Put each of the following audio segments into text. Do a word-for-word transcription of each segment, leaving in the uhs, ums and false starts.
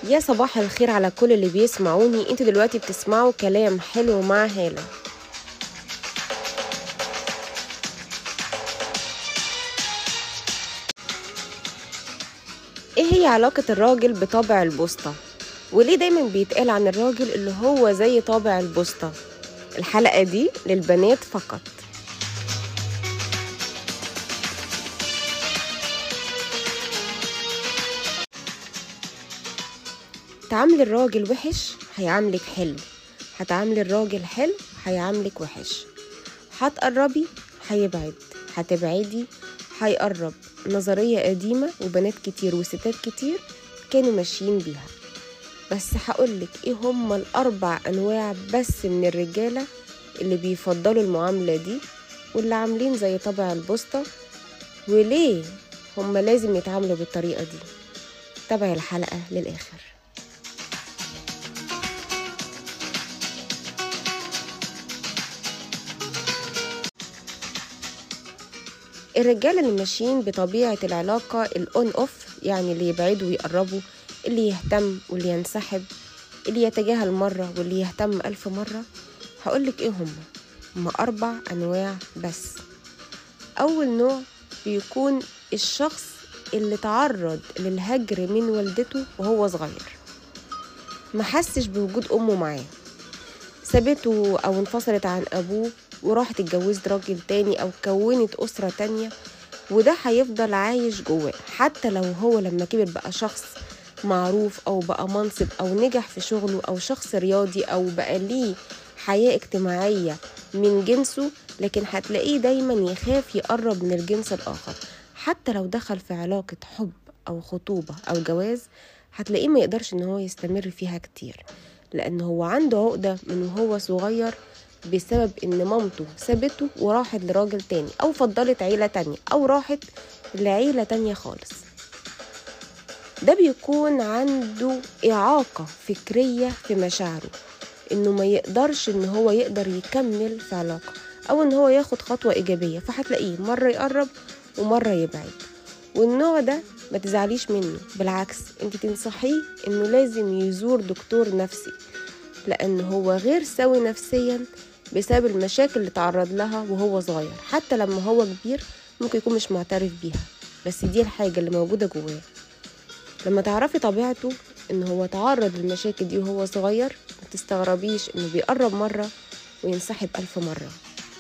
يا صباح الخير على كل اللي بيسمعوني. انتوا دلوقتي بتسمعوا كلام حلو مع هالة. ايه هي علاقة الراجل بطابع البوسطة؟ وليه دايما بيتقال عن الراجل اللي هو زي طابع البوسطة؟ الحلقة دي للبنات فقط. تعامل الراجل وحش هيعاملك حلو، هتعامل الراجل حلو هيعاملك وحش. هتقربي هيبعد، هتبعدي هيقرب. نظرية قديمة وبنات كتير وستات كتير كانوا ماشيين بيها. بس هقولك ايه هم الاربع انواع بس من الرجالة اللي بيفضلوا المعاملة دي واللي عاملين زي طبع البوسطة، وليه هم لازم يتعاملوا بالطريقة دي. تابعي الحلقة للآخر. الرجالة اللي ماشيين بطبيعة العلاقة الأون أوف، يعني اللي يبعدوا ويقربوا، اللي يهتم واللي ينسحب، اللي يتجاهل مرة واللي يهتم ألف مرة. هقولك ايه هم هم أربع أنواع بس. أول نوع بيكون الشخص اللي تعرض للهجر من والدته وهو صغير، محسش بوجود أمه معاه، سابته أو انفصلت عن أبوه وراحت اتجوزت راجل تاني أو كونت أسرة تانية، وده هيفضل عايش جواه حتى لو هو لما كبر بقى شخص معروف أو بقى منصب أو نجح في شغله أو شخص رياضي أو بقى ليه حياة اجتماعية من جنسه، لكن هتلاقيه دايما يخاف يقرب من الجنس الآخر. حتى لو دخل في علاقة حب أو خطوبة أو جواز هتلاقيه ما يقدرش إن هو يستمر فيها كتير، لأنه هو عنده عقدة من وهو صغير بسبب إن مامته سابته وراحت لراجل تاني أو فضلت عيلة تانية أو راحت لعيلة تانية خالص. ده بيكون عنده إعاقة فكرية في مشاعره، إنه ما يقدرش إن هو يقدر يكمل في علاقة أو إن هو ياخد خطوة إيجابية، فهتلاقيه مرة يقرب ومرة يبعد. والنوع ده ما تزعليش منه، بالعكس انت تنصحيه إنه لازم يزور دكتور نفسي، لأنه هو غير سوي نفسيا بسبب المشاكل اللي تعرض لها وهو صغير. حتى لما هو كبير ممكن يكون مش معترف بيها، بس دي الحاجة اللي موجودة جواه. لما تعرفي طبيعته إن هو تعرض للمشاكل دي وهو صغير، ما تستغربيش إنه بيقرب مرة وينسحب ألف مرة.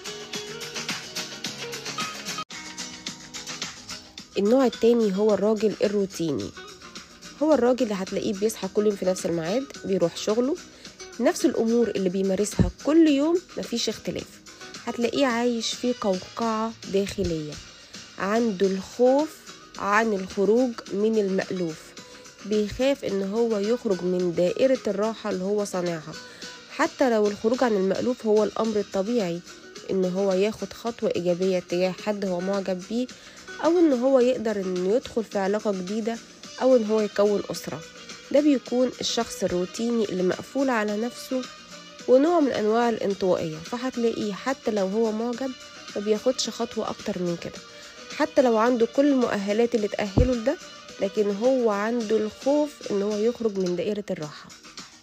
النوع التاني هو الراجل الروتيني. هو الراجل اللي هتلاقيه بيصحى كل يوم في نفس الميعاد، بيروح شغله، نفس الأمور اللي بيمارسها كل يوم، مفيش اختلاف. هتلاقيه عايش في قوقعة داخلية، عنده الخوف عن الخروج من المألوف، بيخاف إن هو يخرج من دائرة الراحة اللي هو صانعها. حتى لو الخروج عن المألوف هو الأمر الطبيعي، إن هو ياخد خطوة إيجابية تجاه حد هو معجب بيه، أو إن هو يقدر إنه يدخل في علاقة جديدة، أو إن هو يكون أسرة. ده بيكون الشخص الروتيني اللي مقفول على نفسه ونوع من أنواع الانطوائية. فهتلاقيه حتى لو هو معجب ما بياخدش خطوة أكتر من كده، حتى لو عنده كل المؤهلات اللي تأهله لده، لكن هو عنده الخوف إن هو يخرج من دائرة الراحة.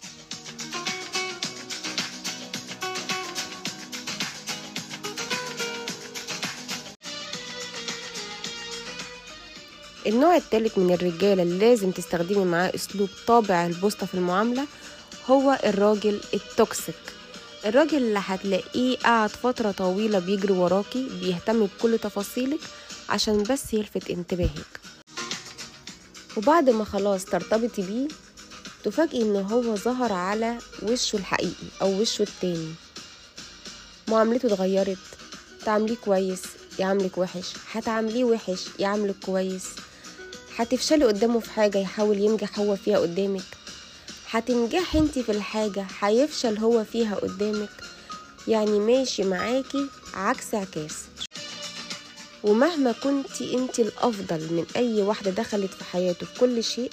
النوع الثالث من الرجالة اللي لازم تستخدمي معاه أسلوب طابع البوسطة في المعاملة هو الراجل التوكسيك. الراجل اللي هتلاقيه قاعد فترة طويلة بيجري وراكي، بيهتم بكل تفاصيلك عشان بس يلفت انتباهك، وبعد ما خلاص ترتبطي بيه تفاجئي ان هو ظهر على وشه الحقيقي او وشه التاني. معاملته اتغيرت، تعامليه كويس يعاملك وحش، هتعامليه وحش يعاملك كويس. هتفشلي قدامه في حاجة يحاول ينجح هو فيها قدامك، هتنجحي انتي في الحاجة هيفشل هو فيها قدامك. يعني ماشي معاكي عكس عكاس. ومهما كنتي انتي الأفضل من أي واحدة دخلت في حياته في كل شيء،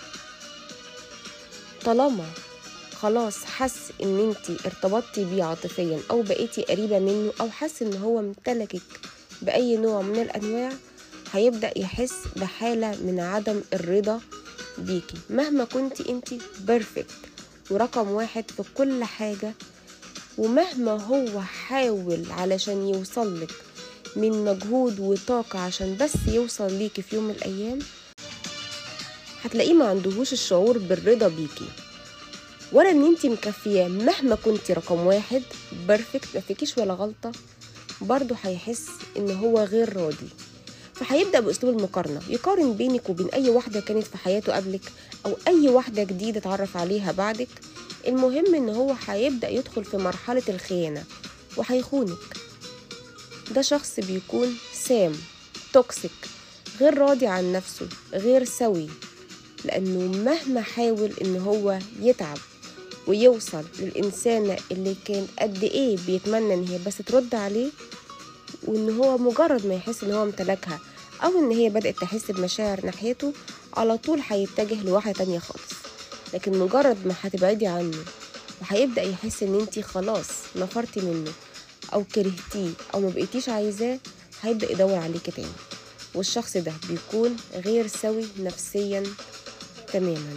طالما خلاص حس ان انتي ارتبطتي بيه عاطفيا أو بقيتي قريبة منه أو حس ان هو امتلكك بأي نوع من الأنواع، هيبدأ يحس بحالة من عدم الرضا بيكي مهما كنتي انتي بيرفكت ورقم واحد في كل حاجة، ومهما هو حاول علشان يوصلك من مجهود وطاقة عشان بس يوصل ليكي في يوم من الأيام، هتلاقيه ما عندهوش الشعور بالرضا بيكي ولا ان انتي مكفية. مهما كنتي رقم واحد بيرفكت ما فيكيش ولا غلطة، برضو هيحس ان هو غير راضي. فهيبدأ بأسلوب المقارنة، يقارن بينك وبين أي واحدة كانت في حياته قبلك أو أي واحدة جديدة اتعرف عليها بعدك. المهم ان هو هيبدأ يدخل في مرحلة الخيانة وهيخونك. ده شخص بيكون سام توكسيك، غير راضي عن نفسه، غير سوي، لأنه مهما حاول ان هو يتعب ويوصل للإنسانة اللي كان قد ايه بيتمنى ان هي بس ترد عليه، وان هو مجرد ما يحس ان هو امتلكها او ان هي بدأت تحس بمشاعر ناحيته، على طول هيتجه لواحدة تانية خالص. لكن مجرد ما هتبعدي عنه وهيبدأ يحس ان انتي خلاص نفرتي منه او كرهتيه او ما بقيتيش عايزاه، هيبدأ يدور عليكي تاني. والشخص ده بيكون غير سوي نفسيا تماما.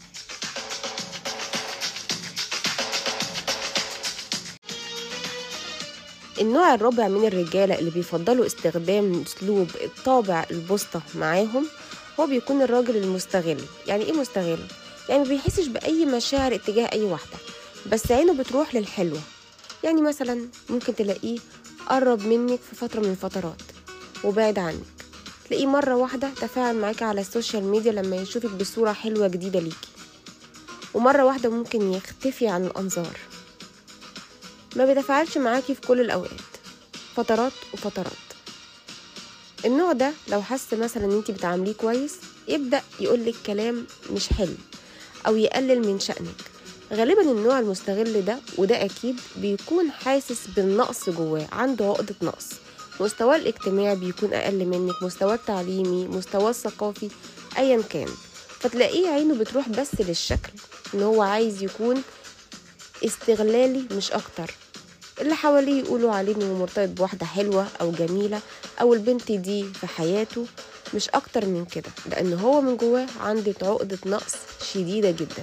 النوع الرابع من الرجالة اللي بيفضلوا استخدام اسلوب الطابع البسطة معاهم هو بيكون الراجل المستغل. يعني ايه مستغل؟ يعني ما بيحسش بأي مشاعر اتجاه أي واحدة، بس عينه بتروح للحلوة. يعني مثلا ممكن تلاقيه قرب منك في فترة من الفترات وبعد عنك، تلاقيه مرة واحدة تفاعل معاكي على السوشيال ميديا لما يشوفك بصورة حلوة جديدة ليكي، ومرة واحدة ممكن يختفي عن الأنظار. ما بيتفاعلش معاكي في كل الأوقات، فترات وفترات. النوع ده لو حس مثلا ان انتي بتعامليه كويس يبدأ يقولك كلام مش حلو او يقلل من شأنك. غالبا النوع المستغل ده، وده اكيد، بيكون حاسس بالنقص جواه، عنده عقدة نقص. مستواه الاجتماعي بيكون اقل منك، مستواه التعليمي، مستواه الثقافي، ايا كان. فتلاقيه عينه بتروح بس للشكل، ان هو عايز يكون استغلالي مش اكتر. اللي حواليه يقولوا عليه انه مرتبط بواحدة حلوة او جميلة او البنت دي في حياته، مش اكتر من كده، لان هو من جواه عنده عقدة نقص شديدة جدا.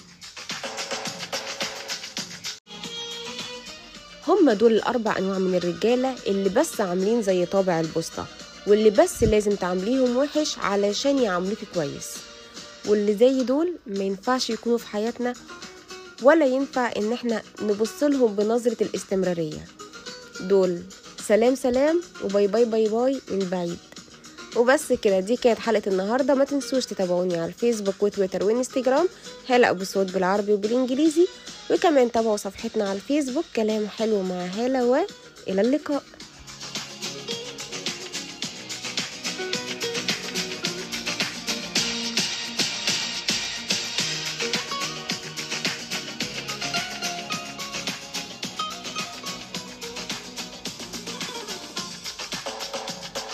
هم دول الاربع انواع من الرجالة اللي بس عاملين زي طابع البسطة، واللي بس لازم تعامليهم وحش علشان يعاملوكي كويس. واللي زي دول ما ينفعش يكونوا في حياتنا، ولا ينفع ان احنا نبص لهم بنظرة الاستمرارية. دول سلام سلام وباي باي باي باي من بعيد. وبس كده، دي كانت حلقة النهاردة. ما تنسوش تتابعوني على الفيسبوك وتويتر وانستجرام هالة أبو سعود بالعربي وبالإنجليزي، وكمان تابعوا صفحتنا على الفيسبوك كلام حلو مع هالة، وإلى اللقاء.